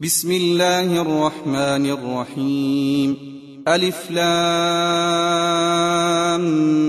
بسم الله الرحمن الرحيم. ألف لام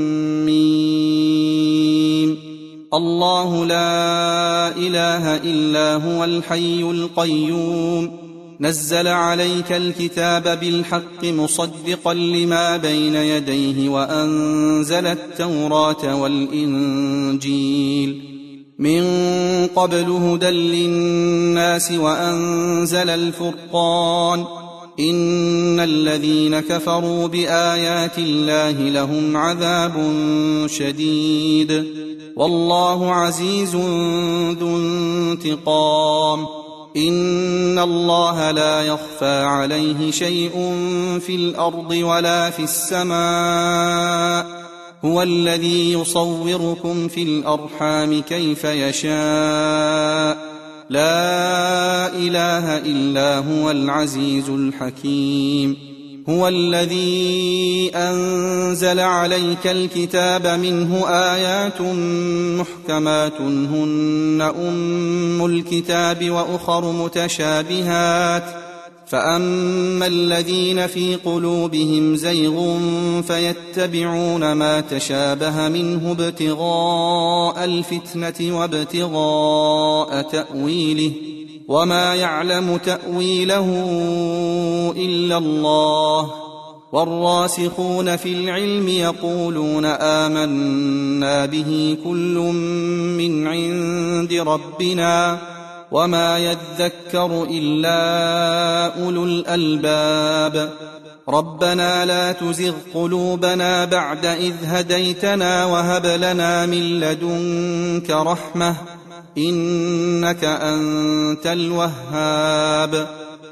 ميم. الله لا إله إلا هو الحي القيوم نزل عليك الكتاب بالحق مصدقا لما بين يديه وأنزل التوراة والإنجيل من قبل هدى للناس وأنزل الفرقان إن الذين كفروا بآيات الله لهم عذاب شديد والله عزيز ذو انتقام. إن الله لا يخفى عليه شيء في الأرض ولا في السماء هو الذي يصوركم في الأرحام كيف يشاء لا إله إلا هو العزيز الحكيم. هو الذي أنزل عليك الكتاب منه آيات محكمات هن أم الكتاب وأخر متشابهات فأما الذين في قلوبهم زيغ فيتبعون ما تشابه منه ابتغاء الفتنة وابتغاء تأويله وما يعلم تأويله إلا الله والراسخون في العلم يقولون آمنا به كل من عند ربنا وما يذكر إلا أولو الألباب. ربنا لا تزغ قلوبنا بعد إذ هديتنا وهب لنا من لدنك رحمة إنك أنت الوهاب.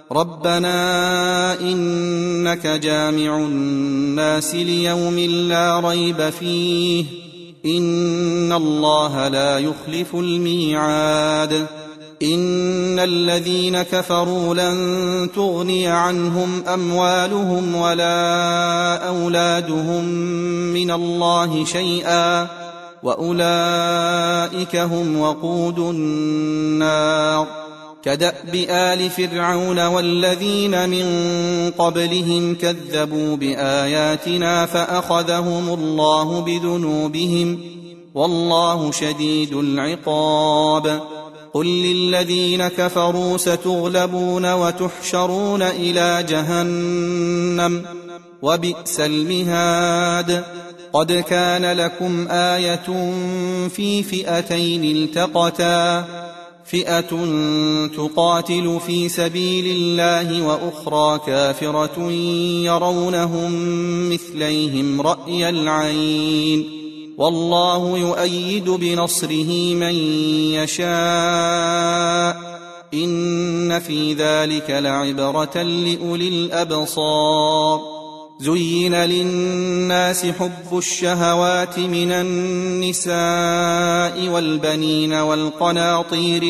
ربنا إنك جامع الناس ليوم لا ريب فيه إن الله لا يخلف الميعاد. إن الذين كفروا لن تغني عنهم أموالهم ولا أولادهم من الله شيئا وأولئك هم وقود النار. كدأب آل فرعون والذين من قبلهم كذبوا بآياتنا فأخذهم الله بذنوبهم والله شديد العقاب. قل للذين كفروا ستغلبون وتحشرون إلى جهنم وبئس المهاد. قد كان لكم آية في فئتين التقتا فئة تقاتل في سبيل الله وأخرى كافرة يرونهم مثليهم رأي العين والله يؤيد بنصره من يشاء إن في ذلك لعبرة لأولي الأبصار. زين للناس حب الشهوات من النساء والبنين والقناطير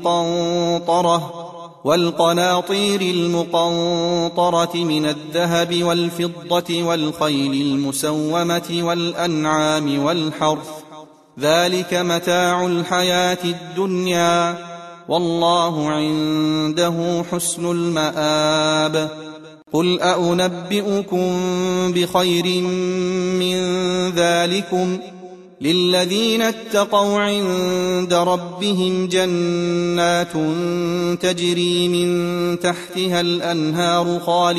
المقنطرة من الذهب والفضة والخيل المسومة والأنعام والحرث ذلك متاع الحياة الدنيا والله عنده حسن المآب. قل أنبئكم بخير من ذلكم للذين اتقوا عند ربهم جنات تجري من تحتها الأنهار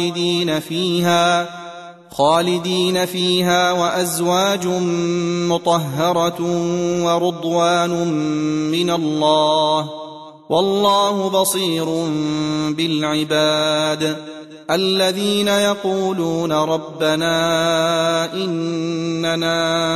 خالدين فيها وأزواج مطهرة ورضوان من الله والله بصير بالعباد. الذين يقولون ربنا إننا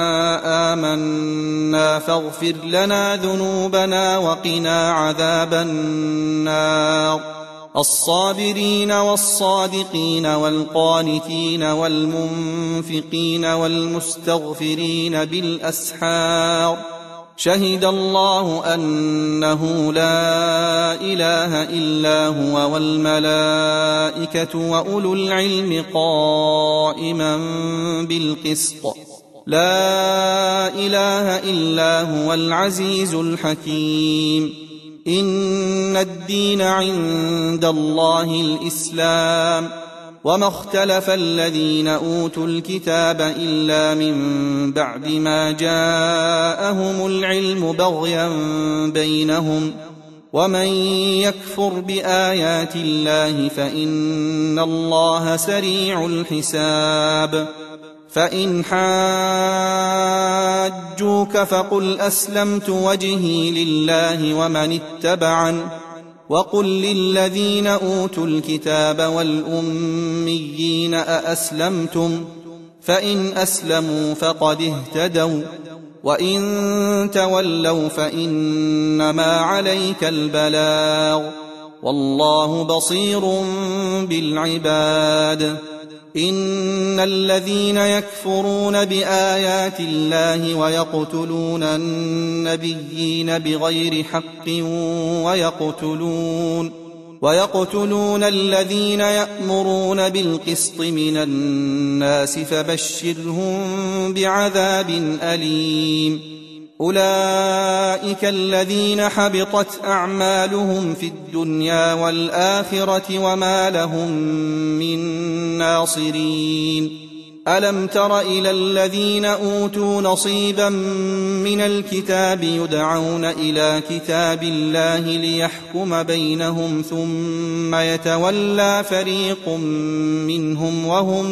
آمنا فاغفر لنا ذنوبنا وقنا عذاب النار. الصابرين والصادقين والقانتين والمنفقين والمستغفرين بالأسحار. شهد الله أنه لا إله إلا هو والملائكة وأولو العلم قائما بالقسط لا إله إلا هو العزيز الحكيم. إن الدين عند الله الإسلام وما اختلف الذين أوتوا الكتاب إلا من بعد ما جاءهم العلم بغيا بينهم ومن يكفر بآيات الله فإن الله سريع الحساب فإن حاجوك فقل أسلمت وجهي لله ومن اتبعن وقل للذين أوتوا الكتاب والأميين أأسلمتم فإن أسلموا فقد اهتدوا وإن تولوا فإنما عليك البلاغ والله بصير بالعباد إن الذين يكفرون بآيات الله ويقتلون النبيين بغير حق ويقتلون الذين يأمرون بالقسط من الناس فبشرهم بعذاب أليم أولئك الذين حبطت أعمالهم في الدنيا والآخرة وما لهم من ناصرين ألم تر إلى الذين أوتوا نصيبا من الكتاب يدعون إلى كتاب الله ليحكم بينهم ثم يتولى فريق منهم وهم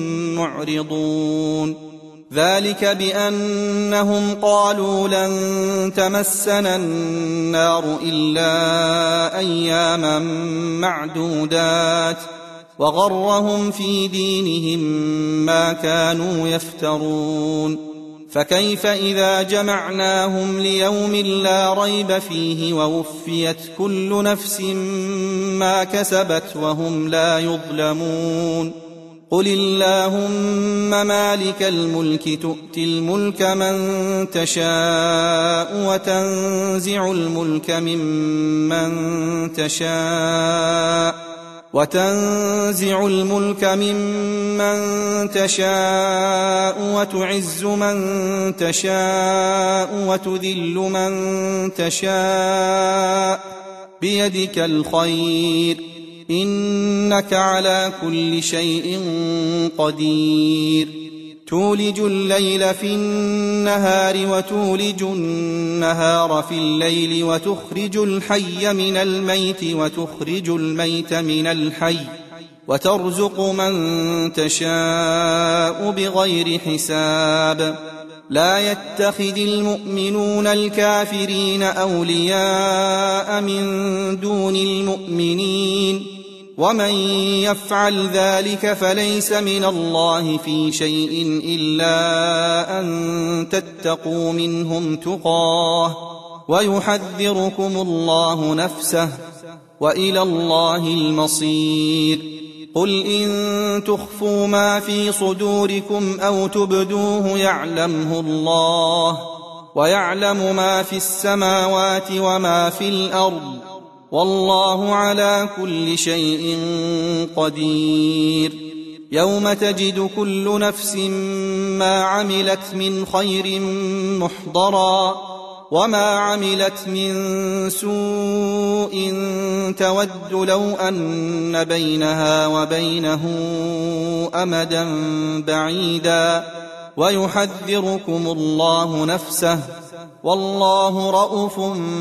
معرضون ذلك بأنهم قالوا لن تمسنا النار إلا أياما معدودات وغرهم في دينهم ما كانوا يفترون فكيف إذا جمعناهم ليوم لا ريب فيه ووفيت كل نفس ما كسبت وهم لا يظلمون قل اللهم مالك الملك تؤتي الملك من تشاء وتنزع الملك ممن تشاء وتعز من تشاء وتذل من تشاء بيدك الخير إنك على كل شيء قدير تولج الليل في النهار وتولج النهار في الليل وتخرج الحي من الميت وتخرج الميت من الحي وترزق من تشاء بغير حساب لا يتخذ المؤمنون الكافرين أولياء من دون المؤمنين ومن يفعل ذلك فليس من الله في شيء إلا أن تتقوا منهم تقاه ويحذركم الله نفسه وإلى الله المصير قل إن تخفوا ما في صدوركم أو تبدوه يعلمه الله ويعلم ما في السماوات وما في الأرض والله على كل شيء قدير يوم تجد كل نفس ما عملت من خير محضرا وما عملت من سوء تود لو أن بينها وبينه أمدا بعيدا ويحذركم الله نفسه والله رءوف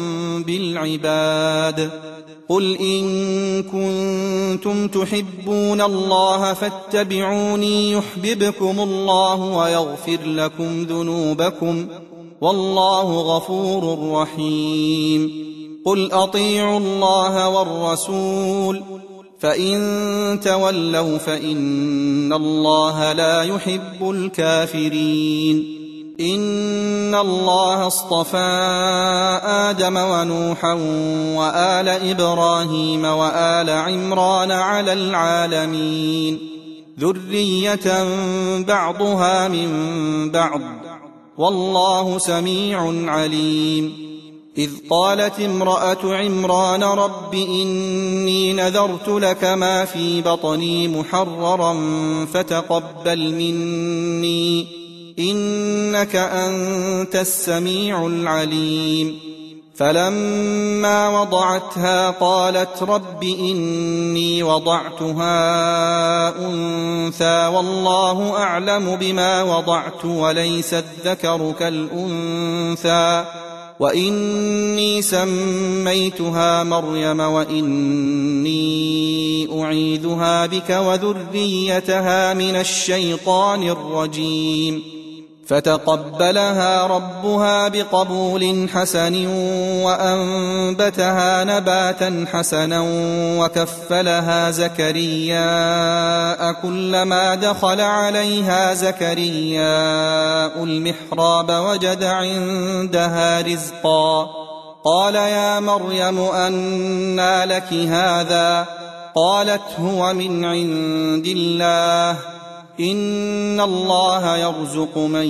بالعباد قل إن كنتم تحبون الله فاتبعوني يحببكم الله ويغفر لكم ذنوبكم والله غفور رحيم قل أطيعوا الله والرسول فإن تولوا فإن الله لا يحب الكافرين إن الله اصطفى آدم ونوحا وآل إبراهيم وآل عمران على العالمين ذرية بعضها من بعض والله سميع عليم إذ قالت امرأة عمران رب إني نذرت لك ما في بطني محررا فتقبل مني إنك أنت السميع العليم فلما وضعتها قالت رب إني وضعتها أنثى والله أعلم بما وضعت وليس الذكر كالأنثى وإني سميتها مريم وإني أعيذها بك وذريتها من الشيطان الرجيم فتقبلها ربها بقبول حسن وأنبتها نباتا حسنا وكفلها زكرياء كلما دخل عليها زكرياء المحراب وجد عندها رزقا قال يا مريم أنى لك هذا قالت هو من عند الله إن الله يرزق من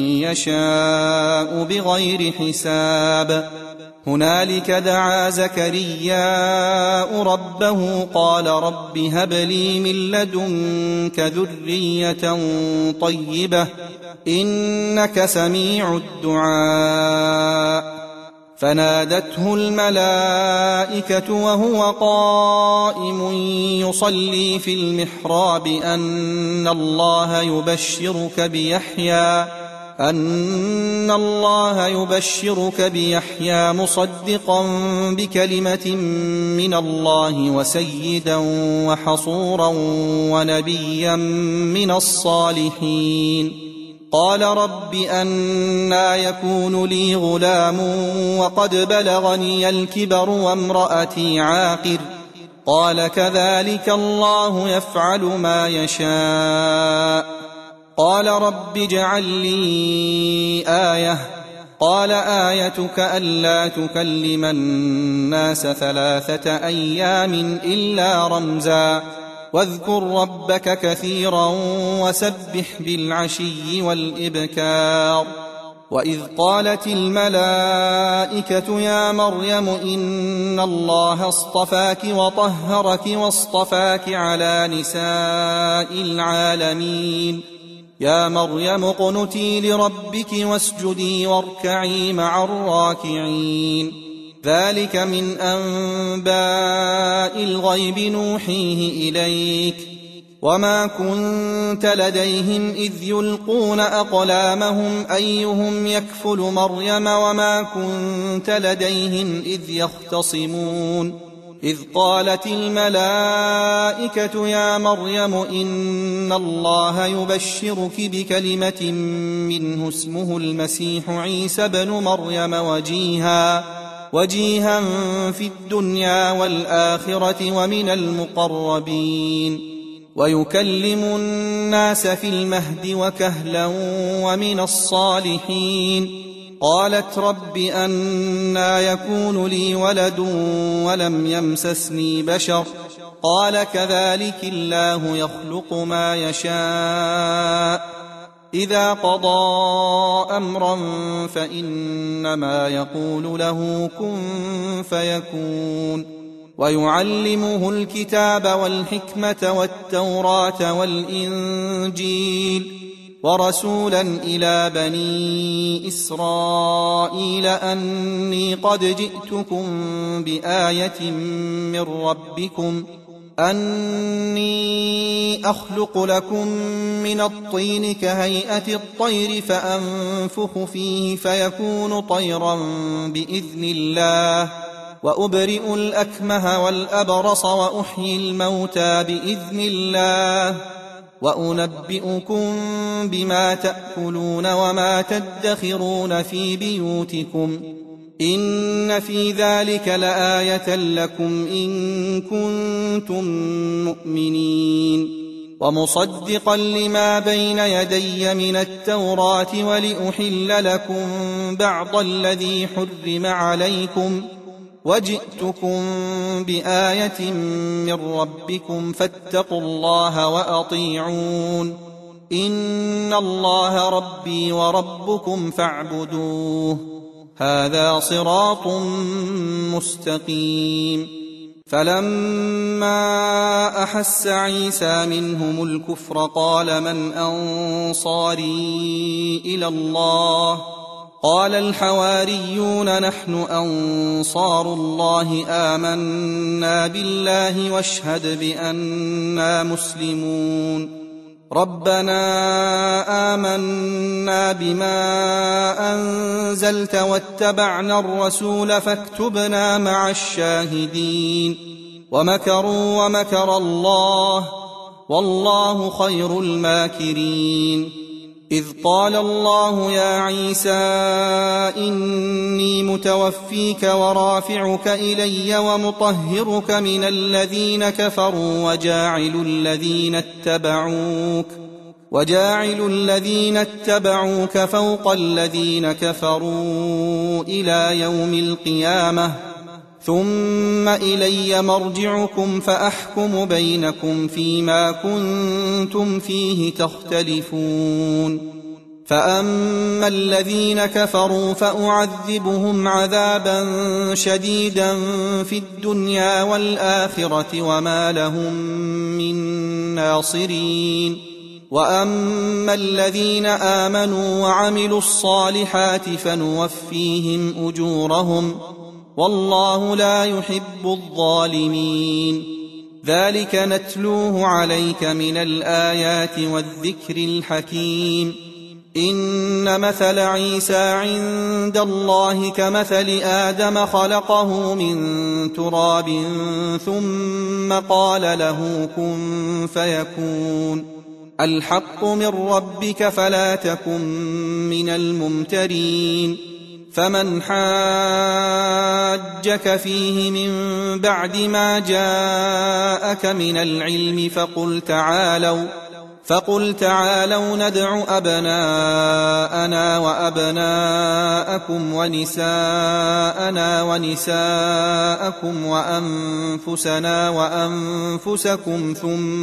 يشاء بغير حساب هنالك دعا زكرياء ربه قال رب هب لي من لدنك ذرية طيبة إنك سميع الدعاء فنادته الملائكة وهو قائم يصلي في المحراب أن الله يبشرك بيحيى مصدقا بكلمة من الله وسيدا وحصورا ونبيا من الصالحين قال رب أنى يكون لي غلام وقد بلغني الكبر وامرأتي عاقر قال كذلك الله يفعل ما يشاء قال رب اجعل لي آية قال آيتك ألا تكلم الناس 3 أيام إلا رمزا واذكر ربك كثيرا وسبح بالعشي والإبكار وإذ قالت الملائكة يا مريم إن الله اصطفاك وطهرك واصطفاك على نساء العالمين يا مريم اقنتي لربك واسجدي واركعي مع الراكعين ذلك من أنباء الغيب نوحيه إليك وما كنت لديهم إذ يلقون أقلامهم أيهم يكفل مريم وما كنت لديهم إذ يختصمون إذ قالت الملائكة يا مريم إن الله يبشرك بكلمة منه اسمه المسيح عيسى بن مريم وجيها في الدنيا والآخرة ومن المقربين ويكلم الناس في المهد وكهلا ومن الصالحين قالت رب أنى يكون لي ولد ولم يمسسني بشر قال كذلك الله يخلق ما يشاء إذا قضى أمرا فإنما يقول له كن فيكون ويعلمه الكتاب والحكمة والتوراة والإنجيل ورسولا إلى بني إسرائيل أني قد جئتكم بآية من ربكم أني أخلق لكم من الطين كهيئة الطير فأنفخ فيه فيكون طيرا بإذن الله وأبرئ الأكمه والأبرص وأحيي الموتى بإذن الله وأنبئكم بما تأكلون وما تدخرون في بيوتكم إن في ذلك لآية لكم إن كنتم مؤمنين ومصدقا لما بين يدي من التوراة ولأحل لكم بعض الذي حرم عليكم وجئتكم بآية من ربكم فاتقوا الله وأطيعون إن الله ربي وربكم فاعبدوه هذا صراط مستقيم فلما أحس عيسى منهم الكفر قال من أنصاري إلى الله قال الحواريون نحن أنصار الله آمنا بالله واشهد بأننا مسلمون ربنا آمنا بما أنزلت واتبعنا الرسول فاكتبنا مع الشاهدين ومكروا ومكر الله والله خير الماكرين إذ قال الله يا عيسى إني متوفيك ورافعك إلي ومطهرك من الذين كفروا وجاعل الذين اتبعوك فوق الذين كفروا إلى يوم القيامة ثم إلي مرجعكم فأحكم بينكم فيما كنتم فيه تختلفون فأما الذين كفروا فأعذبهم عذابا شديدا في الدنيا والآخرة وما لهم من ناصرين وأما الذين آمنوا وعملوا الصالحات فنوفيهم أجورهم والله لا يحب الظالمين ذلك نتلوه عليك من الآيات والذكر الحكيم إن مثل عيسى عند الله كمثل آدم خلقه من تراب ثم قال له كن فيكون الحق من ربك فلا تكن من الممترين فمن حاجك فيه من بعد ما جاءك من العلم فقل تعالوا ندع أبناءنا وأبناءكم ونساءنا ونساءكم وأنفسنا وأنفسكم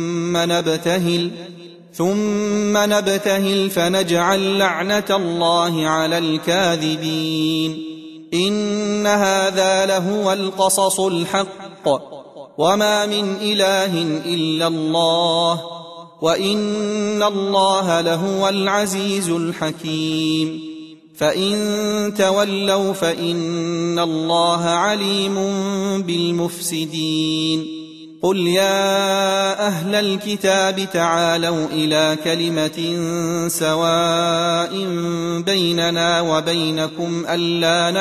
ثم نبتهل فنجعل لعنة الله على الكاذبين إن هذا لهو القصص الحق وما من إله إلا الله وإن الله لهو العزيز الحكيم فإن تولوا فإن الله عليم بالمفسدين قل يا أهل الكتاب تعالوا إلى كلمة سواء بيننا وبينكم ألا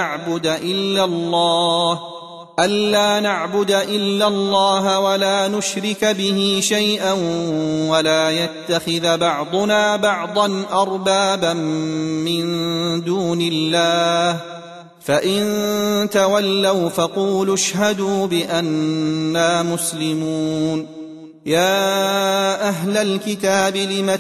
نعبد إلا الله ولا نشرك به شيئا ولا يتخذ بعضنا بعضا أربابا من دون الله فإن تولوا فقولوا اشهدوا بأننا مسلمون يا أهل الكتاب لم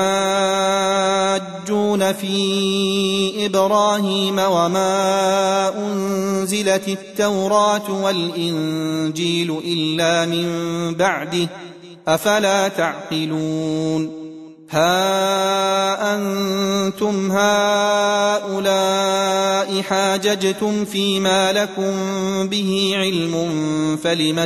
تحاجون في إبراهيم وما أنزلت التوراة والإنجيل إلا من بعده أفلا تعقلون ها أنتم هؤلاء حاججتم فيما لكم به علم فلم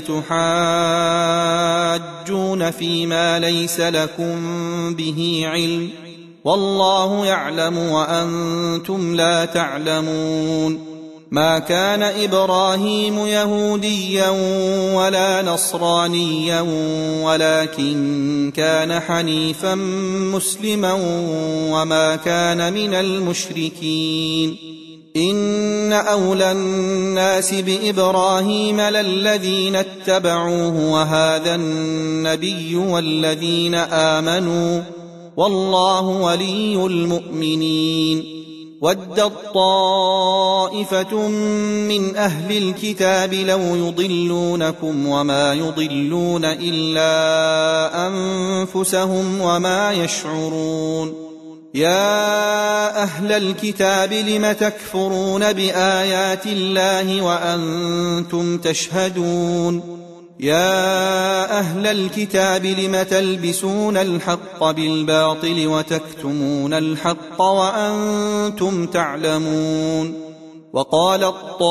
تحاجون فيما ليس لكم به علم والله يعلم وأنتم لا تعلمون ما كان إبراهيم يهوديا ولا نصرانيا ولكن كان حنيفا مسلما وما كان من المشركين إن أولى الناس بإبراهيم للذين اتبعوه وهذا النبي والذين آمنوا والله ولي المؤمنين ودت طائفة من أهل الكتاب لو يضلونكم وما يضلون إلا أنفسهم وما يشعرون يا أهل الكتاب لم تكفرون بآيات الله وأنتم تشهدون يا أهل الكتاب لم تلبسون الحق بالباطل وتكتمون الحق وأنتم تعلمون وقالت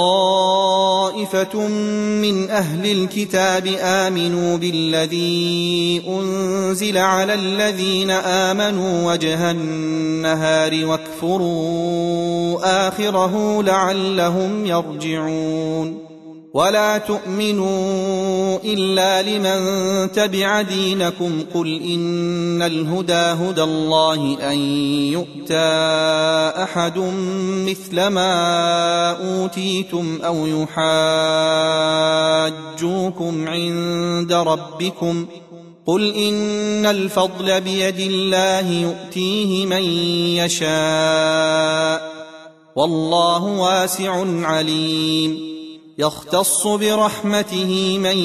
طائفة من أهل الكتاب آمنوا بالذي أنزل على الذين آمنوا وجه النهار واكفروا آخره لعلهم يرجعون ولا تؤمنوا إلا لمن تبع دينكم قل إن الهدى هدى الله أن يؤتى أحد مثل ما أوتيتم أو يحاجوكم عند ربكم قل إن الفضل بيد الله يؤتيه من يشاء والله واسع عليم يختص برحمته من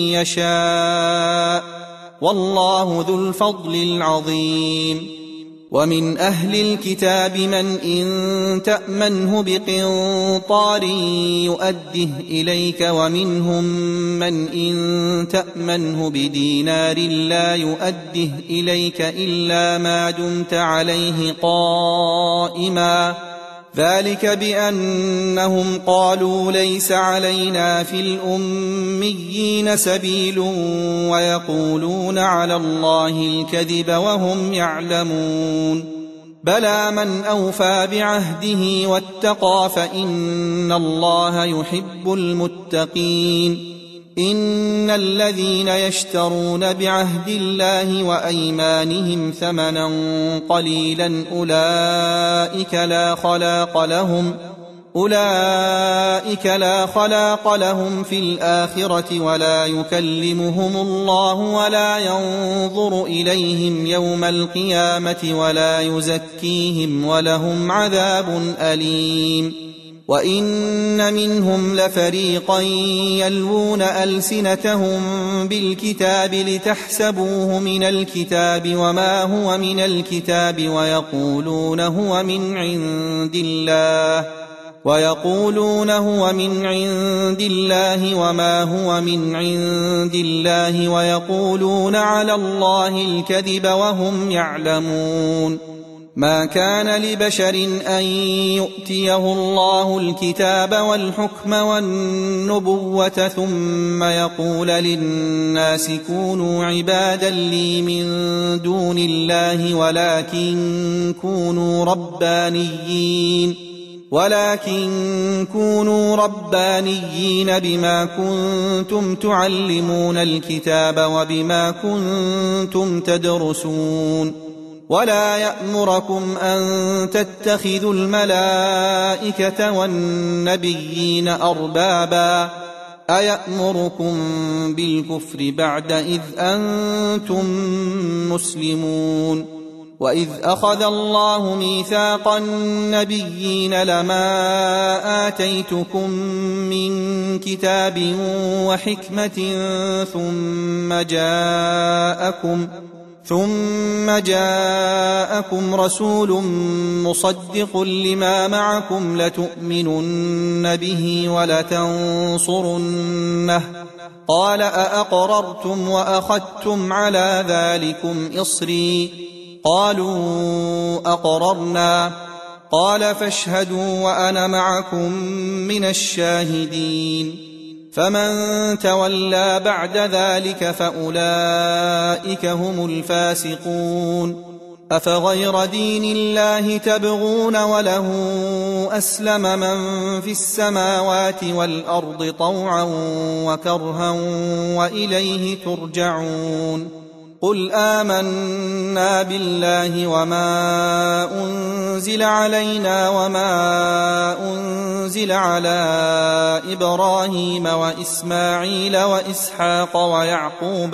يشاء والله ذو الفضل العظيم ومن أهل الكتاب من إن تأمنه بقنطار يؤده إليك ومنهم من إن تأمنه بدينار لا يؤده إليك إلا ما دمت عليه قائما ذلك بأنهم قالوا ليس علينا في الأميين سبيل ويقولون على الله الكذب وهم يعلمون بلى من أوفى بعهده واتقى فإن الله يحب المتقين إن الذين يشترون بعهد الله وأيمانهم ثمنا قليلا أولئك لا خلاق لهم في الآخرة ولا يكلمهم الله ولا ينظر إليهم يوم القيامة ولا يزكيهم ولهم عذاب أليم وإن منهم لفريقا يلوون ألسنتهم بالكتاب لتحسبوه من الكتاب وما هو من الكتاب ويقولون هو من عند الله وما هو من عند الله ويقولون على الله الكذب وهم يعلمون ما كان لبشر أن يؤتيه الله الكتاب والحكم والنبوة ثم يقول للناس كونوا عبادا لي من دون الله ولكن كونوا ربانيين بما كنتم تعلمون الكتاب وبما كنتم تدرسون ولا يأمركم أن تتخذوا الملائكة والنبيين أربابا أيأمركم بالكفر بعد إذ أنتم مسلمون وإذ أخذ الله ميثاق النبيين لما آتيتكم من كتاب وحكمة ثم جاءكم رسول مصدق لما معكم لتؤمنن به ولتنصرنه قال أأقررتم وأخذتم على ذلكم إصري قالوا أقررنا قال فاشهدوا وأنا معكم من الشاهدين فمن تولى بعد ذلك فأولئك هم الفاسقون أفغير دين الله تبغون وله أسلم من في السماوات والأرض طوعا وكرها وإليه ترجعون قل آمنا بالله وما أنزل علينا وما أنزل على إبراهيم وإسماعيل وإسحاق ويعقوب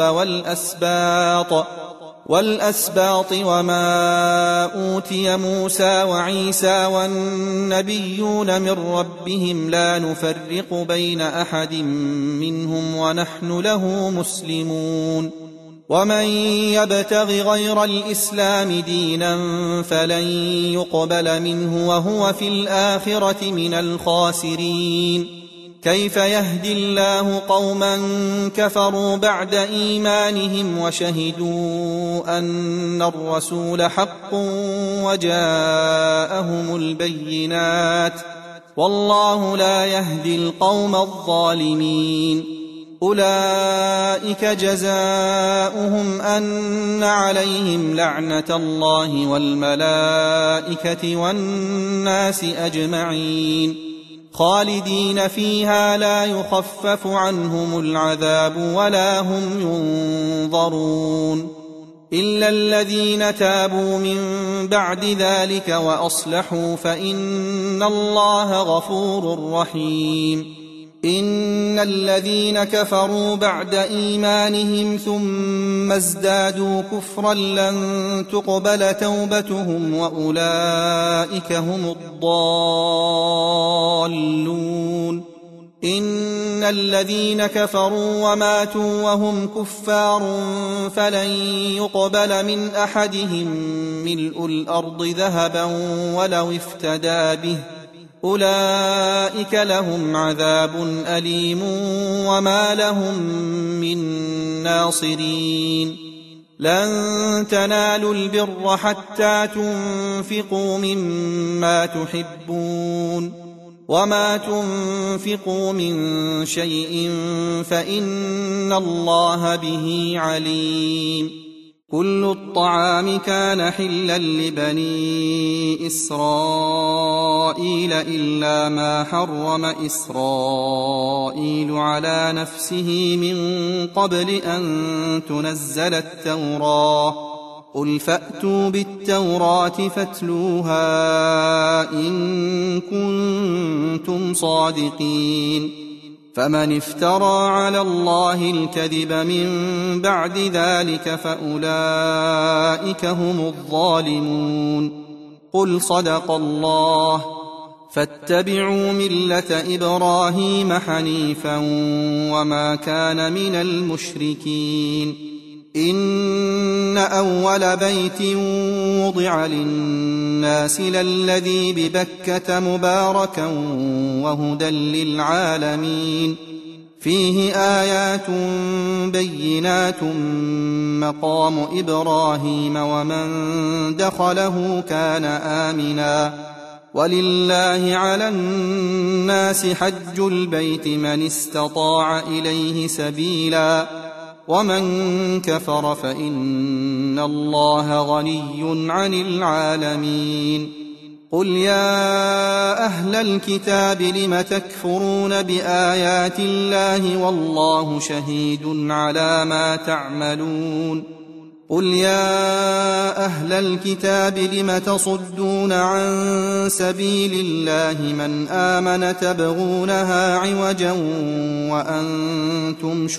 والأسباط وما أوتي موسى وعيسى والنبيون من ربهم لا نفرق بين أحد منهم ونحن له مسلمون ومن يبتغ غير الإسلام دينا فلن يقبل منه وهو في الآخرة من الخاسرين كيف يهدي الله قوما كفروا بعد إيمانهم وشهدوا أن الرسول حق وجاءهم البينات والله لا يهدي القوم الظالمين. أولئك جزاؤهم أن عليهم لعنة الله والملائكة والناس أجمعين خالدين فيها لا يخفف عنهم العذاب ولا هم ينظرون إلا الذين تابوا من بعد ذلك وأصلحوا فإن الله غفور رحيم. إن الذين كفروا بعد إيمانهم ثم ازدادوا كفرا لن تقبل توبتهم وأولئك هم الضالون. إن الذين كفروا وماتوا وهم كفار فلن يقبل من أحدهم ملء الأرض ذهبا ولو افتدى به أولئك لهم عذاب أليم وما لهم من ناصرين. لن تنالوا البر حتى تنفقوا مما تحبون وما تنفقوا من شيء فإن الله به عليم. كل الطعام كان حلا لبني إسرائيل إلا ما حرم إسرائيل على نفسه من قبل أن تنزل التوراة. قل فأتوا بالتوراة فاتلوها إن كنتم صادقين. فمن افترى على الله الكذب من بعد ذلك فأولئك هم الظالمون. قل صدق الله فاتبعوا ملة إبراهيم حنيفا وما كان من المشركين. إن أول بيت وضع للناس للذي ببكة مباركا وهدى للعالمين فيه آيات بينات مقام إبراهيم ومن دخله كان آمنا ولله على الناس حج البيت من استطاع إليه سبيلا ومن كفر فإن الله غني عن العالمين. قل يا أهل الكتاب لم تكفرون بآيات الله والله شهيد على ما تعملون. قل يا أهل الكتاب لم تصدون عن سبيل الله من آمن تبغونها عوجا وأنتم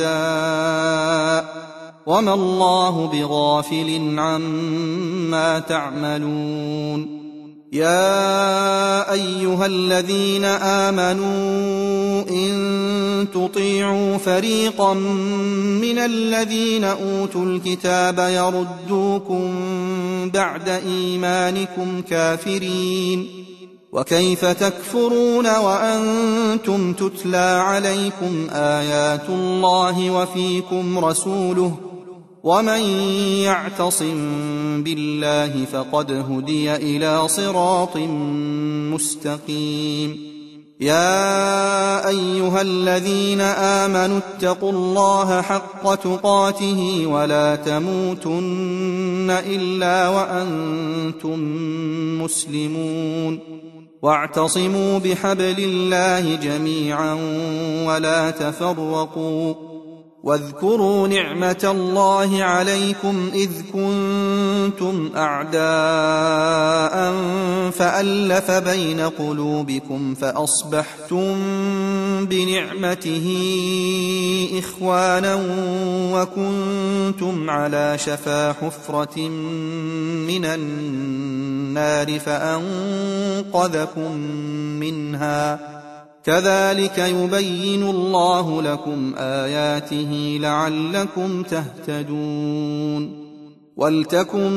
شهداء وما الله بغافل عما تعملون. يا أيها الذين آمنوا إن تطيعوا فريقا من الذين أوتوا الكتاب يردوكم بعد إيمانكم كافرين وكيف تكفرون وأنتم تتلى عليكم آيات الله وفيكم رسوله ومن يعتصم بالله فقد هدي إلى صراط مستقيم. يا أيها الذين آمنوا اتقوا الله حق تقاته ولا تموتن إلا وأنتم مسلمون واعتصموا بحبل الله جميعا ولا تفرقوا واذكروا نعمة الله عليكم إذ كنتم أعداء فألف بين قلوبكم فأصبحتم بنعمته إخوانا وكنتم على شفا حفرة من النار فأنقذكم منها كذلك يبين الله لكم آياته لعلكم تهتدون. ولتكن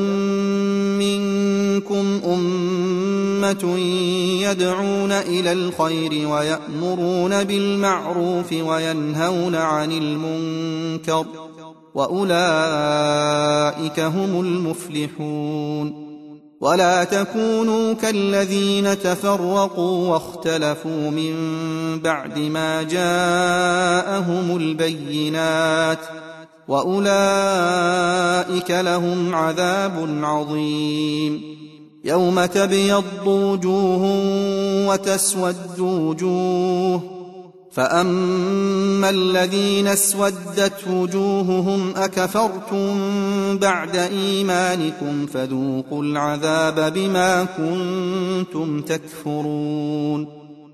منكم أمة يدعون إلى الخير ويأمرون بالمعروف وينهون عن المنكر وأولئك هم المفلحون. ولا تكونوا كالذين تفرقوا واختلفوا من بعد ما جاءهم البينات وأولئك لهم عذاب عظيم. يوم تبيض وجوه وتسود وجوه، فأما الذين اسودت وجوههم أكفرتم بعد إيمانكم فذوقوا العذاب بما كنتم تكفرون.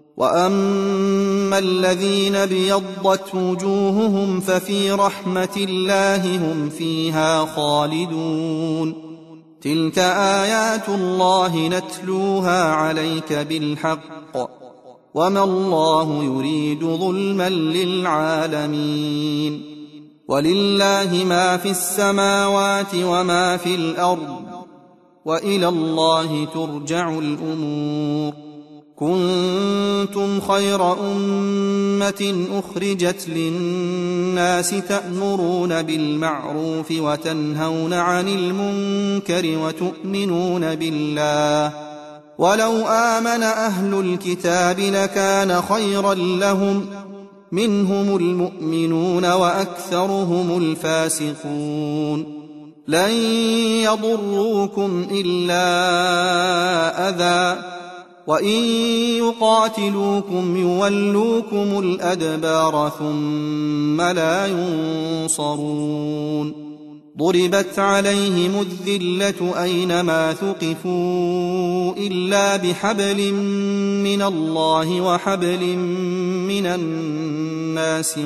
وأما الذين ابيضت وجوههم ففي رحمة الله هم فيها خالدون. تلك آيات الله نتلوها عليك بالحق، وما الله يريد ظلما للعالمين. ولله ما في السماوات وما في الأرض، وإلى الله ترجع الأمور. كنتم خير أمة أخرجت للناس تأمرون بالمعروف وتنهون عن المنكر وتؤمنون بالله، ولو آمن أهل الكتاب لكان خيرا لهم، منهم المؤمنون وأكثرهم الفاسقون. لن يضروكم إلا أذى، وإن يقاتلوكم يولوكم الأدبار ثم لا ينصرون. ضربت عليهم الذلة أينما ثقفوا إلا بحبل من الله وحبل من الناس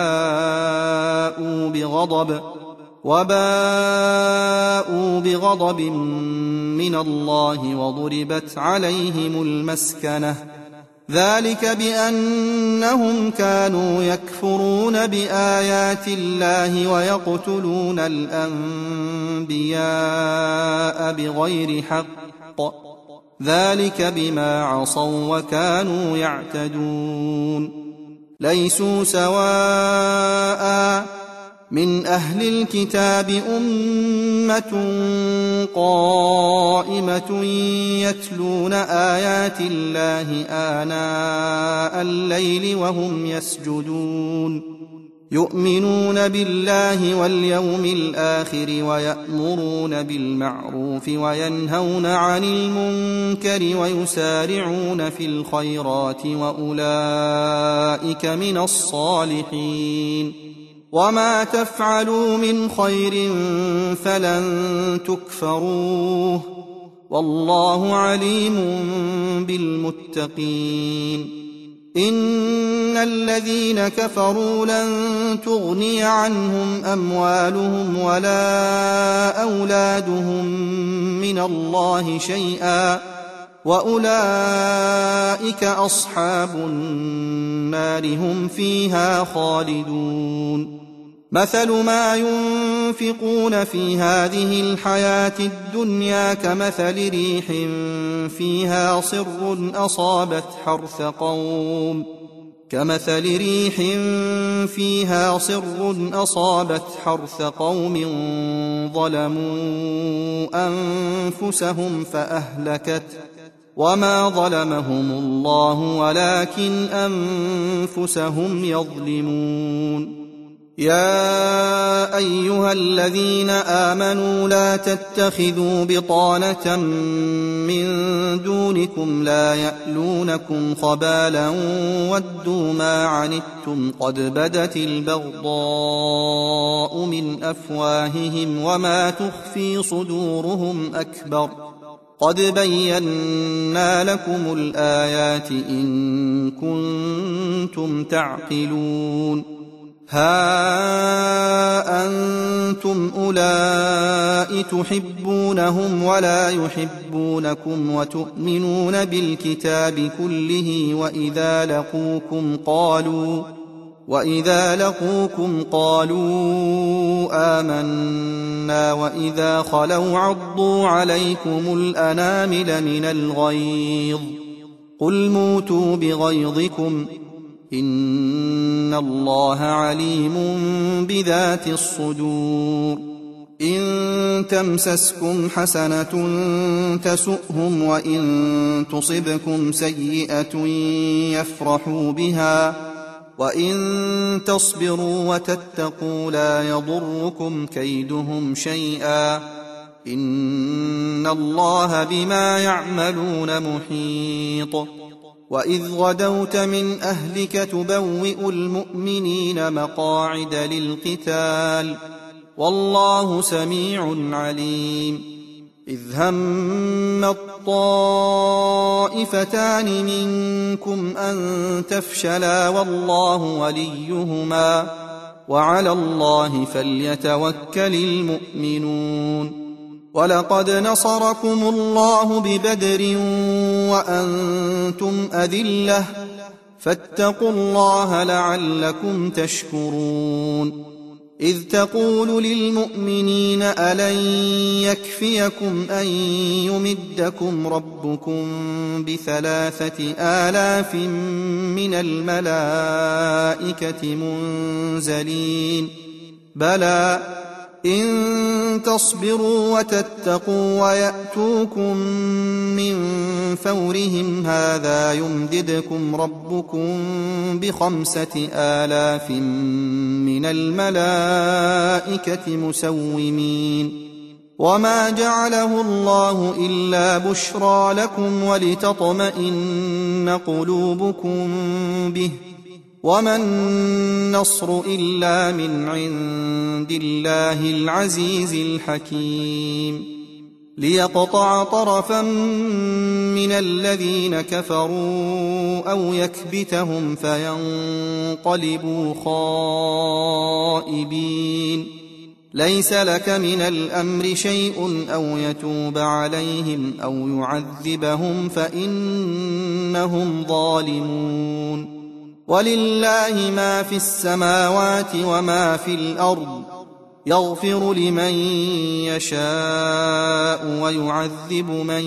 وباءوا بغضب من الله وضربت عليهم المسكنة، ذلك بأنهم كانوا يكفرون بآيات الله ويقتلون الأنبياء بغير حق، ذلك بما عصوا وكانوا يعتدون. ليسوا سواء من أهل الكتاب أمة قائمة يتلون آيات الله آناء الليل وهم يسجدون، يؤمنون بالله واليوم الآخر ويأمرون بالمعروف وينهون عن المنكر ويسارعون في الخيرات وأولئك من الصالحين. وما تفعلوا من خير فلن تكفروه، والله عليم بالمتقين. إن الذين كفروا لن تغني عنهم أموالهم ولا أولادهم من الله شيئا، وأولئك أصحاب النار هم فيها خالدون. مثل ما ينفقون في هذه الحياة الدنيا كمثل ريح فيها صر أصابت حرث قوم ظلموا أنفسهم فأهلكت، وما ظلمهم الله ولكن أنفسهم يظلمون. يا أيها الذين آمنوا لا تتخذوا بطانة من دونكم لا يألونكم خبالا ودوا ما عنتم قد بدت البغضاء من أفواههم وما تخفي صدورهم أكبر، قد بينا لكم الآيات إن كنتم تعقلون. ها أنتم أولئك تحبونهم ولا يحبونكم وتؤمنون بالكتاب كله وإذا لقوكم قالوا آمنا وإذا خلوا عضوا عليكم الأنامل من الغيظ قل موتوا بغيظكم إن الله عليم بذات الصدور. إن تمسسكم حسنة تسؤهم وإن تصبكم سيئة يفرحوا بها وإن تصبروا وتتقوا لا يضركم كيدهم شيئا إن الله بما يعملون محيط وإذ غدوت من أهلك تبوئ المؤمنين مقاعد للقتال والله سميع عليم إذ هم الطائفتان منكم أن تفشلا والله وليهما وعلى الله فليتوكل المؤمنون ولقد نصركم الله ببدر وأنتم أذلة فاتقوا الله لعلكم تشكرون إذ تقول للمؤمنين ألن يكفيكم أن يمدكم ربكم ب3,000 من الملائكة منزلين بلى إن تصبروا وتتقوا ويأتوكم من فورهم هذا يمددكم ربكم ب5,000 من الملائكة مسومين وما جعله الله إلا بشرى لكم ولتطمئن قلوبكم به وما النصر إلا من عند الله العزيز الحكيم ليقطع طرفا من الذين كفروا أو يكبتهم فينقلبوا خائبين ليس لك من الأمر شيء أو يتوب عليهم أو يعذبهم فإنهم ظالمون ولله ما في السماوات وما في الأرض يغفر لمن يشاء ويعذب من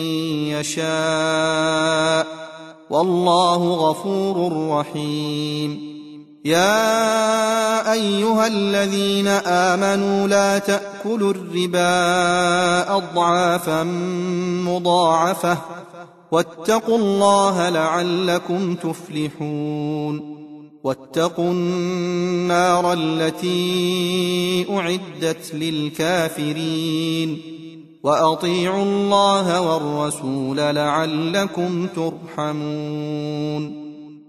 يشاء والله غفور رحيم يا أيها الذين آمنوا لا تأكلوا الربا أضعافا مضاعفة واتقوا الله لعلكم تفلحون واتقوا النار التي أعدت للكافرين وأطيعوا الله والرسول لعلكم ترحمون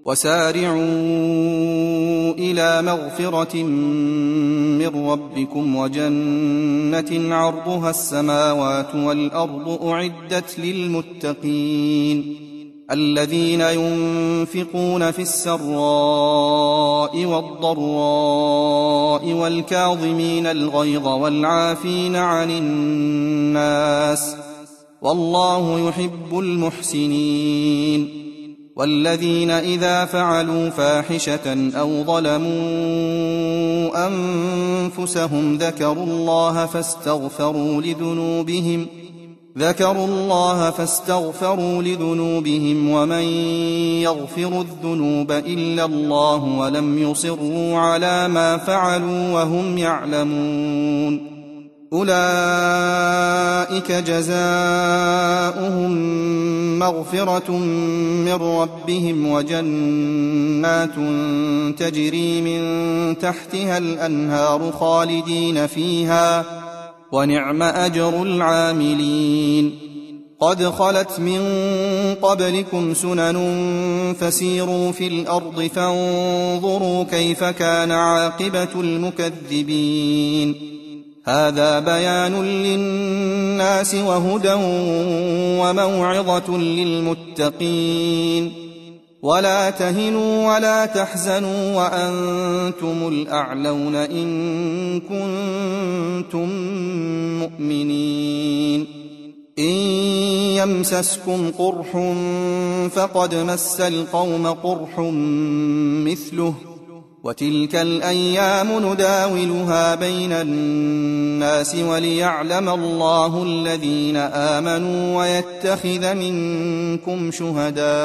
وسارعوا إلى مغفرة من ربكم وجنة عرضها السماوات والأرض أعدت للمتقين الذين ينفقون في السراء والضراء والكاظمين الغيظ والعافين عن الناس والله يحب المحسنين والذين إذا فعلوا فاحشة أو ظلموا أنفسهم ذكروا الله فاستغفروا لذنوبهم ومن يغفر الذنوب إلا الله ولم يصروا على ما فعلوا وهم يعلمون أولئك جزاؤهم مغفرة من ربهم وجنات تجري من تحتها الأنهار خالدين فيها ونعم أجر العاملين قد خلت من قبلكم سنن فسيروا في الأرض فانظروا كيف كان عاقبة المكذبين هذا بيان للناس وهدى وموعظة للمتقين ولا تهنوا ولا تحزنوا وأنتم الأعلون إن كنتم مؤمنين إن يمسسكم قرح فقد مس القوم قرح مثله وتلك الأيام نداولها بين الناس وليعلم الله الذين آمنوا ويتخذ منكم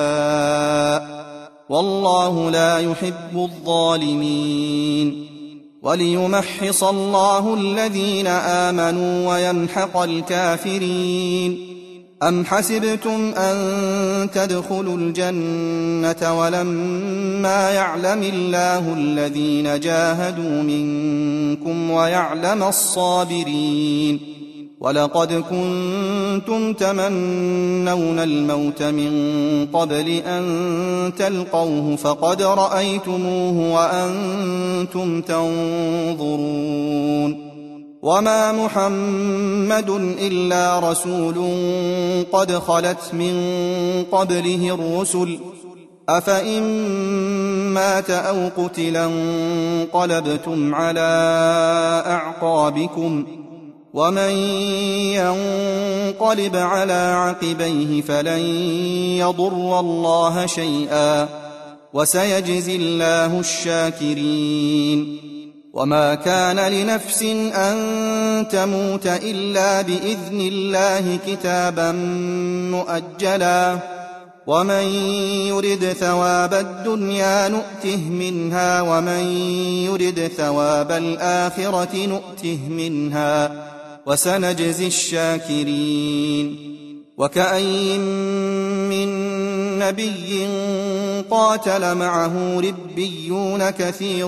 شهداء والله لا يحب الظالمين وليمحص الله الذين آمنوا ويمحق الكافرين. أم حسبتم أن تدخلوا الجنة ولما يعلم الله الذين جاهدوا منكم ويعلم الصابرين؟ ولقد كنتم تمنون الموت من قبل أن تلقوه فقد رأيتموه وأنتم تنظرون. وما محمد إلا رسول قد خلت من قبله الرسل أفإن مات أو قتلا انقلبتم على أعقابكم ومن ينقلب على عقبيه فلن يضر الله شيئا وسيجزي الله الشاكرين. وما كان لنفس أن تموت إلا بإذن الله كتابا مؤجلا ومن يرد ثواب الدنيا نؤته منها ومن يرد ثواب الآخرة نؤته منها وسنجزي الشاكرين. وكأين من نبي قاتل معه ربيون كثير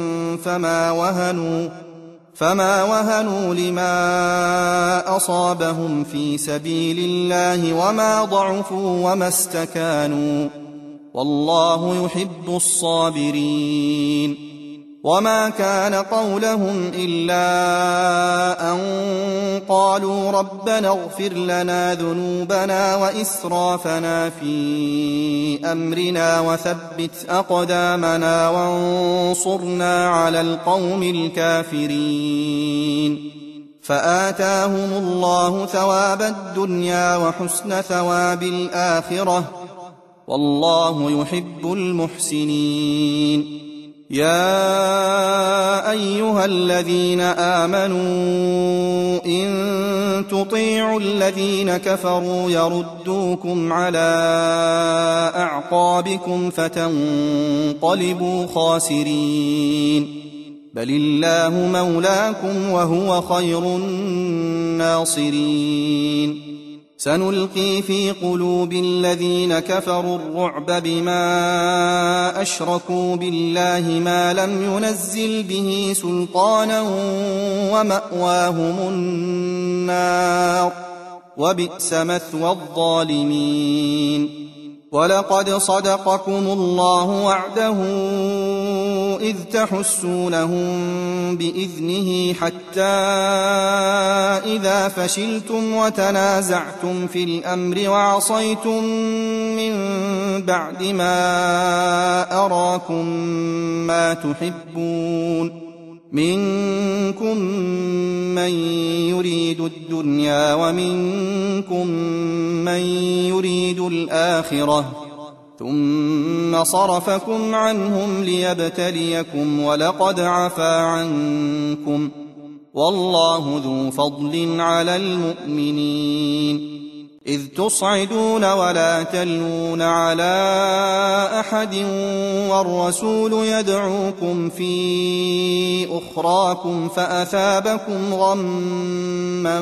فما وهنوا لما أصابهم في سبيل الله وما ضعفوا وما استكانوا والله يحب الصابرين. وما كان قولهم إلا أن قالوا ربنا اغفر لنا ذنوبنا وإسرافنا في أمرنا وثبت أقدامنا وانصرنا على القوم الكافرين. فآتاهم الله ثواب الدنيا وحسن ثواب الآخرة والله يحب المحسنين. يا أيها الذين آمنوا إن تطيعوا الذين كفروا يردوكم على أعقابكم فتنقلبوا خاسرين. بل الله مولاكم وهو خير الناصرين. سنلقي في قلوب الذين كفروا الرعب بما أشركوا بالله ما لم ينزل به سلطانا ومأواهم النار وبئس مثوى الظالمين. ولقد صدقكم الله وعده إذ تحسونهم بإذنه حتى إذا فشلتم وتنازعتم في الأمر وعصيتم من بعد ما أراكم ما تحبون منكم من يريد الدنيا ومنكم من يريد الآخرة ثم صرفكم عنهم ليبتليكم ولقد عفا عنكم والله ذو فضل على المؤمنين. إذ تصعدون ولا تلوون على أحد والرسول يدعوكم في أخراكم فأثابكم غما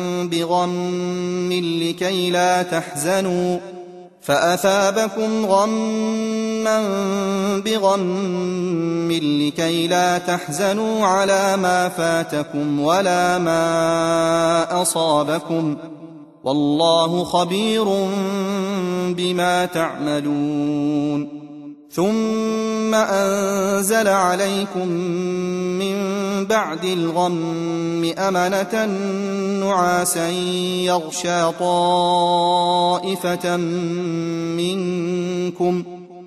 بغم لكي لا تحزنوا على ما فاتكم ولا ما أصابكم والله خبير بما تعملون. ثم أنزل عليكم من بعد الغم أمنة نعاسا يغشى طائفة منكم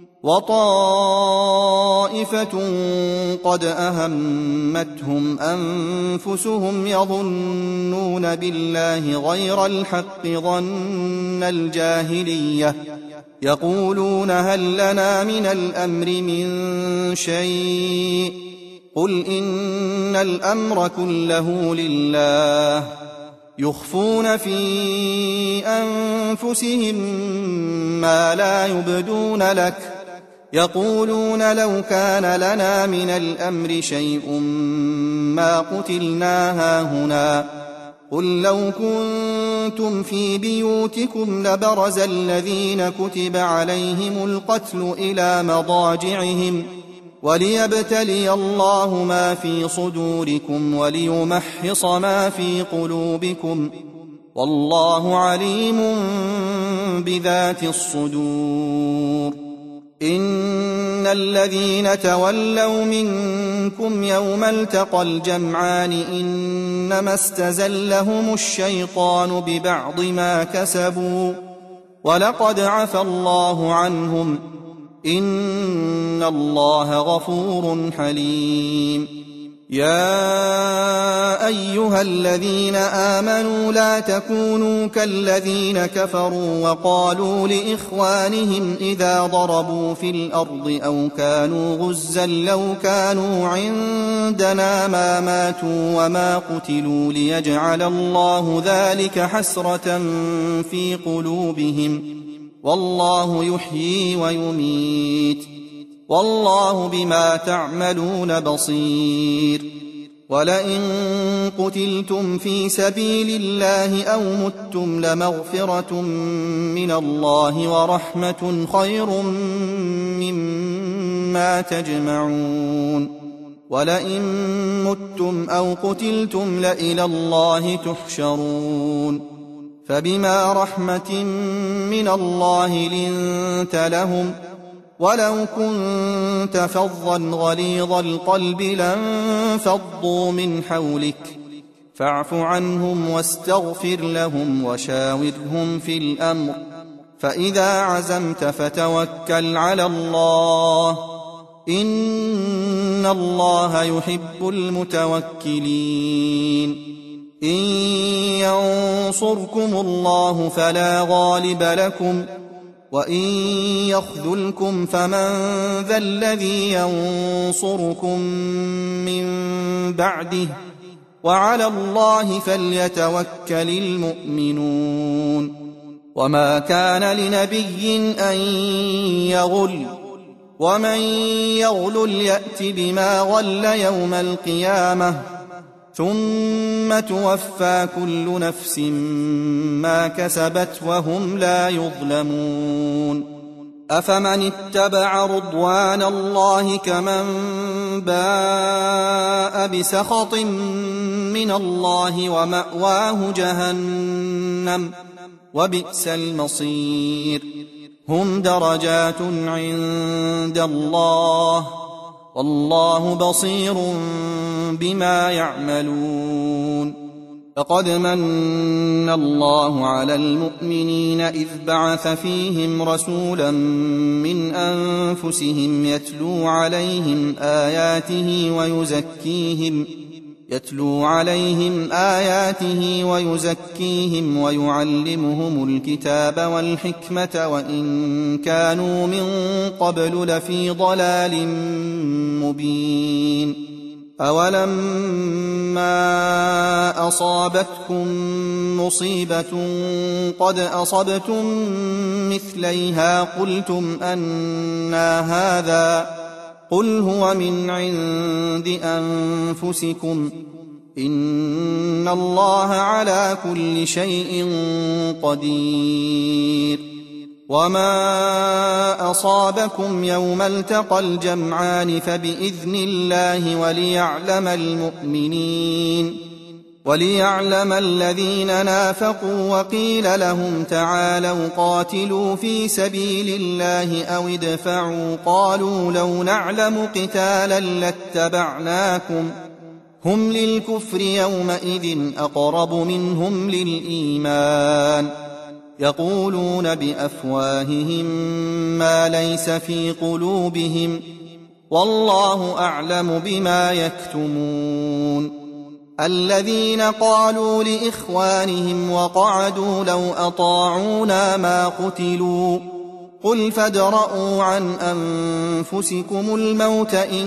وطائفة قد أهمتهم أنفسهم يظنون بالله غير الحق ظن الجاهلية يقولون هل لنا من الأمر من شيء قل إن الأمر كله لله يخفون في أنفسهم ما لا يبدون لك يقولون لو كان لنا من الأمر شيء ما قتلنا هاهنا قل لو كنتم في بيوتكم لبرز الذين كتب عليهم القتل إلى مضاجعهم وليبتلي الله ما في صدوركم وليمحص ما في قلوبكم والله عليم بذات الصدور. إن الذين تولوا منكم يوم التقى الجمعان إنما استزلهم الشيطان ببعض ما كسبوا ولقد عفى الله عنهم إن الله غفور حليم. يا أيها الذين آمنوا لا تكونوا كالذين كفروا وقالوا لإخوانهم إذا ضربوا في الأرض أو كانوا غزا لو كانوا عندنا ما ماتوا وما قتلوا ليجعل الله ذلك حسرة في قلوبهم والله يحيي ويميت والله بما تعملون بصير. ولئن قتلتم في سبيل الله أو متم لمغفرة من الله ورحمة خير مما تجمعون. ولئن متم أو قتلتم لإلى الله تحشرون. فبما رحمة من الله لنت لهم ولو كنت فظا غليظ القلب لانفضوا من حولك فاعف عنهم واستغفر لهم وشاورهم في الأمر فإذا عزمت فتوكل على الله إن الله يحب المتوكلين. إن ينصركم الله فلا غالب لكم وإن يخذلكم فمن ذا الذي ينصركم من بعده وعلى الله فليتوكل المؤمنون. وما كان لنبي أن يغل ومن يغل يأت بما غل يوم القيامة ثم توفى كل نفس ما كسبت وهم لا يظلمون. أفمن اتبع رضوان الله كمن باء بسخط من الله ومأواه جهنم وبئس المصير. هم درجات عند الله والله بصير بما يعملون. فقد من الله على المؤمنين إذ بعث فيهم رسولا من أنفسهم يتلو عليهم آياته ويزكيهم ويعلمهم الكتاب والحكمة وإن كانوا من قبل لفي ضلال مبين. أولما أصابتكم مصيبة قد أصبتم مثليها قلتم أنى هذا قل هو من عند أنفسكم إن الله على كل شيء قدير. وما أصابكم يوم التقى الجمعان فبإذن الله وليعلم الذين نافقوا وقيل لهم تعالوا قاتلوا في سبيل الله أو ادفعوا قالوا لو نعلم قتالا لاتبعناكم هم للكفر يومئذ أقرب منهم للإيمان يقولون بأفواههم ما ليس في قلوبهم والله أعلم بما يكتمون. الذين قالوا لإخوانهم وقعدوا لو أطاعونا ما قتلوا قل فادرءوا عن أنفسكم الموت إن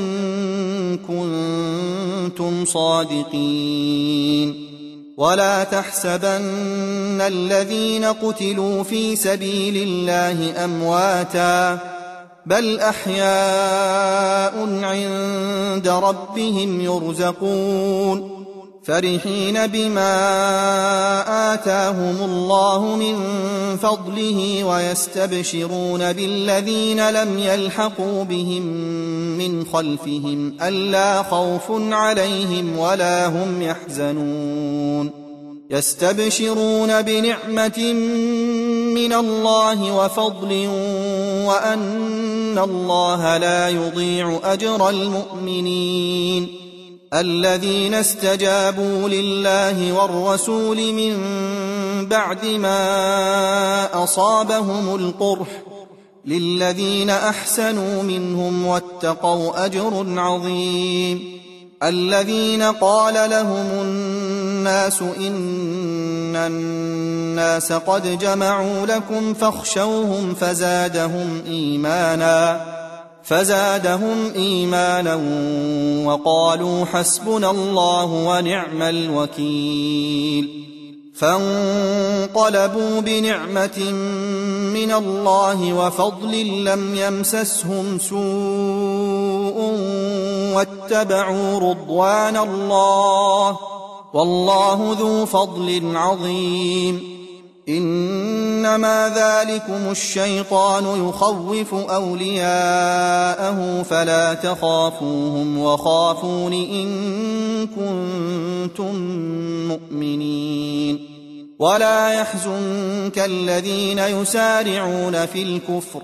كنتم صادقين. ولا تحسبن الذين قتلوا في سبيل الله أمواتا بل أحياء عند ربهم يرزقون فرحين بما آتاهم الله من فضله ويستبشرون بالذين لم يلحقوا بهم من خلفهم ألا خوف عليهم ولا هم يحزنون يستبشرون بنعمة من الله وفضل وأن الله لا يضيع أجر المؤمنين الذين استجابوا لله والرسول من بعد ما أصابهم القرح للذين أحسنوا منهم واتقوا أجر عظيم الذين قال لهم الناس إن الناس قد جمعوا لكم فاخشوهم فزادهم إيمانا وقالوا حسبنا الله ونعم الوكيل فانقلبوا بنعمة من الله وفضل لم يمسسهم سوء واتبعوا رضوان الله والله ذو فضل عظيم إنما ذلكم الشيطان يخوف أولياءه فلا تخافوهم وخافون إن كنتم مؤمنين ولا يحزنك الذين يسارعون في الكفر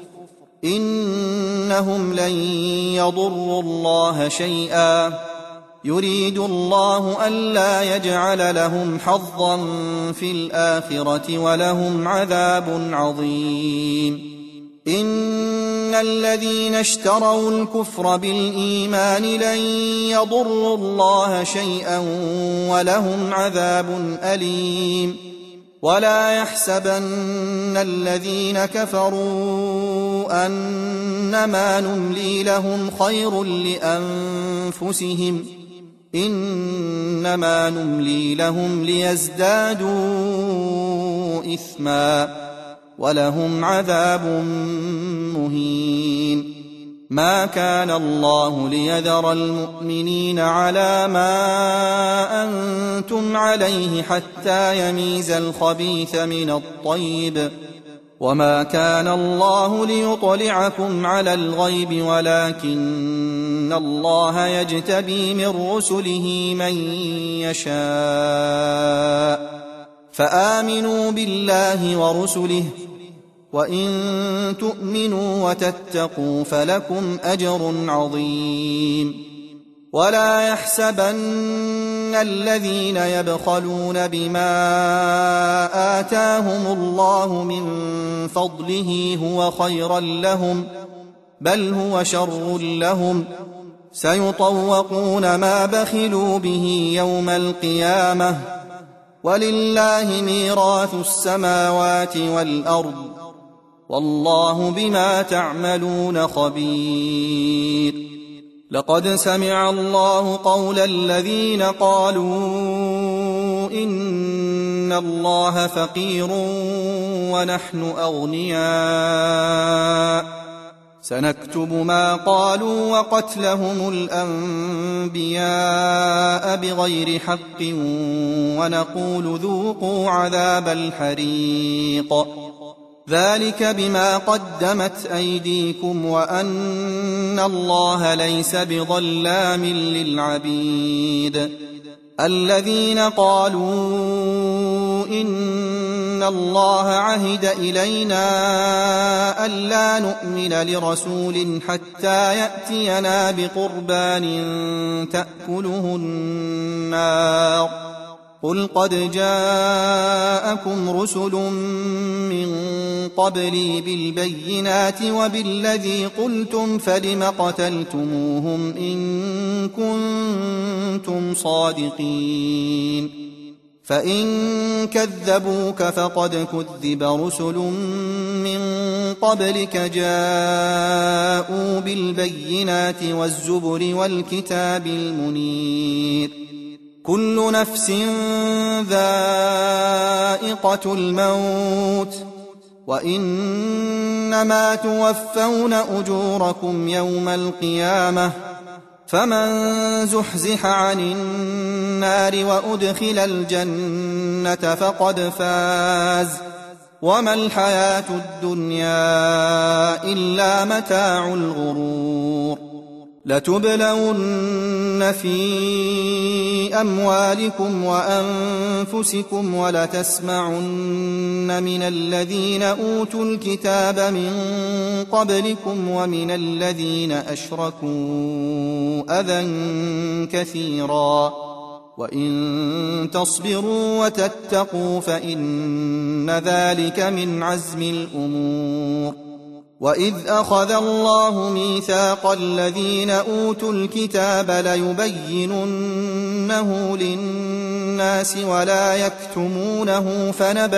إنهم لن يضروا الله شيئا يريد الله ألا يجعل لهم حظا في الآخرة ولهم عذاب عظيم إن الذين اشتروا الكفر بالإيمان لن يضروا الله شيئا ولهم عذاب أليم ولا يحسبن الذين كفروا أنما نملي لهم خير لأنفسهم إنما نملي لهم ليزدادوا إثما ولهم عذاب مهين ما كان الله ليذر المؤمنين على ما أنتم عليه حتى يميز الخبيث من الطيب وما كان الله ليطلعكم على الغيب ولكن الله يجتبي من رسله من يشاء فآمنوا بالله ورسله وإن تؤمنوا وتتقوا فلكم أجر عظيم ولا يحسبن الذين يبخلون بما آتاهم الله من فضله هو خيرا لهم بل هو شر لهم سيطوقون ما بخلوا به يوم القيامة ولله ميراث السماوات والأرض والله بما تعملون خبير لقد سمع الله قول الذين قالوا إن الله فقير ونحن أغنياء سنكتب ما قالوا وقتلهم الأنبياء بغير حق ونقول ذوقوا عذاب الحريق ذلك بما قدمت أيديكم وأن الله ليس بظلام للعبيد الذين قالوا إن الله عهد إلينا ألا نؤمن لرسول حتى يأتينا بقربان تأكله النار قل قد جاءكم رسل من قبلي بالبينات وبالذي قلتم فلم قتلتموهم إن كنتم صادقين فإن كذبوك فقد كذب رسل من قبلك جاءوا بالبينات والزبر والكتاب المنير كل نفس ذائقة الموت وإنما توفون أجوركم يوم القيامة فمن زحزح عن النار وأدخل الجنة فقد فاز وما الحياة الدنيا إلا متاع الغرور لتبلون في أموالكم وأنفسكم ولتسمعن من الذين أوتوا الكتاب من قبلكم ومن الذين أشركوا أذى كثيرا وإن تصبروا وتتقوا فإن ذلك من عزم الأمور وإذ أخذ الله ميثاق الذين أوتوا الكتاب ليبيننه للناس ولا يكتمونه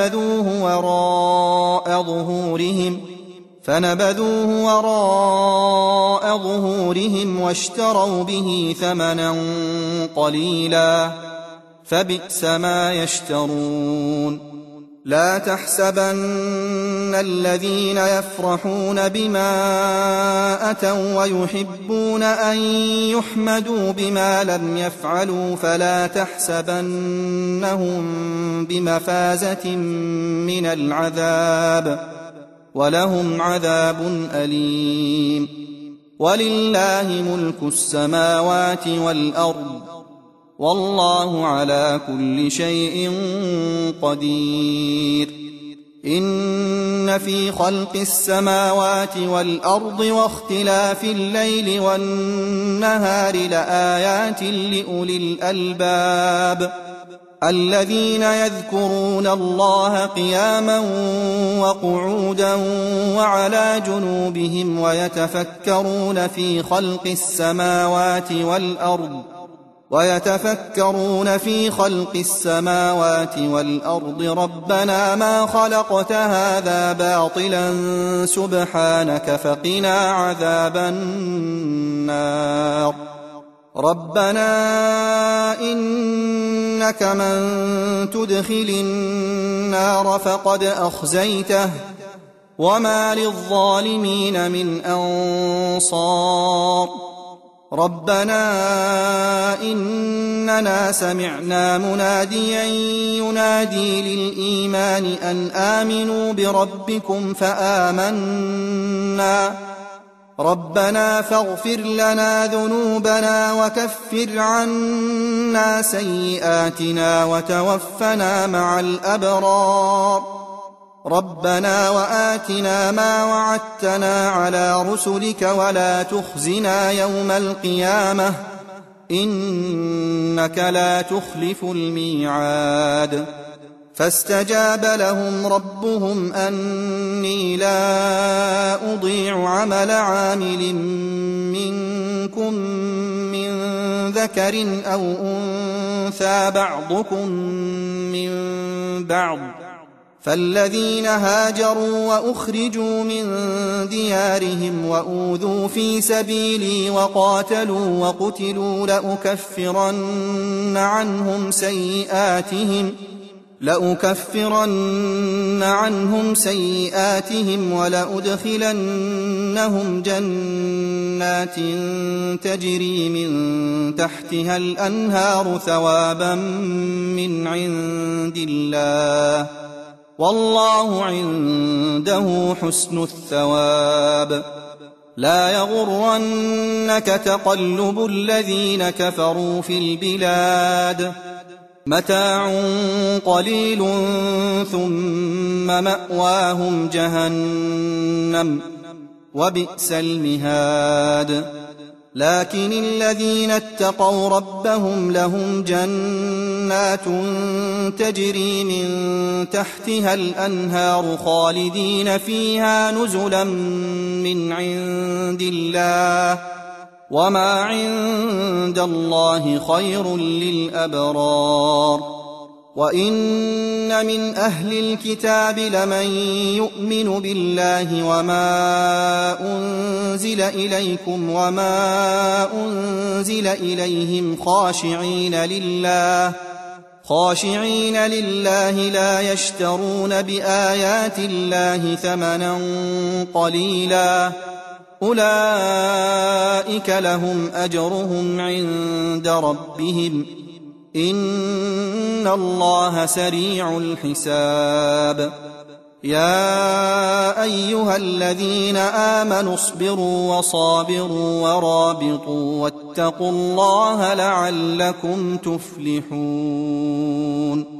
فنبذوه وراء ظهورهم واشتروا به ثمنا قليلا فبئس ما يشترون لا تحسبن الذين يفرحون بما أتوا ويحبون أن يحمدوا بما لم يفعلوا فلا تحسبنهم بمفازة من العذاب ولهم عذاب أليم ولله ملك السماوات والأرض والله على كل شيء قدير إن في خلق السماوات والأرض واختلاف الليل والنهار لآيات لأولي الألباب الذين يذكرون الله قياما وقعودا وعلى جنوبهم ويتفكرون في خلق السماوات والأرض ربنا ما خلقت هذا باطلا سبحانك فقنا عذاب النار ربنا إنك من تدخل النار فقد أخزيته وما للظالمين من أنصار ربنا إننا سمعنا مناديا ينادي للإيمان أن آمنوا بربكم فآمنا ربنا فاغفر لنا ذنوبنا وكفر عنا سيئاتنا وتوفنا مع الأبرار ربنا وآتنا ما وعدتنا على رسلك ولا تخزنا يوم القيامة إنك لا تخلف الميعاد فاستجاب لهم ربهم أني لا أضيع عمل عامل منكم من ذكر أو أنثى بعضكم من بعض فالذين هاجروا وأخرجوا من ديارهم وأوذوا في سبيلي وقاتلوا وقتلوا لأكفرن عنهم سيئاتهم ولأدخلنهم جنات تجري من تحتها الأنهار ثوابا من عند الله والله عنده حسن الثواب لا يغرنك تقلب الذين كفروا في البلاد متاع قليل ثم مأواهم جهنم وبئس المهاد لكن الذين اتقوا ربهم لهم جنات تجري من تحتها الأنهار خالدين فيها نزلا من عند الله وما عند الله خير للأبرار وإن من أهل الكتاب لمن يؤمن بالله وما أنزل إليكم وما أنزل إليهم خاشعين لله لا يشترون بآيات الله ثمنا قليلا أولئك لهم أجرهم عند ربهم إن الله سريع الحساب يا أيها الذين آمنوا اصبروا وصابروا ورابطوا واتقوا الله لعلكم تفلحون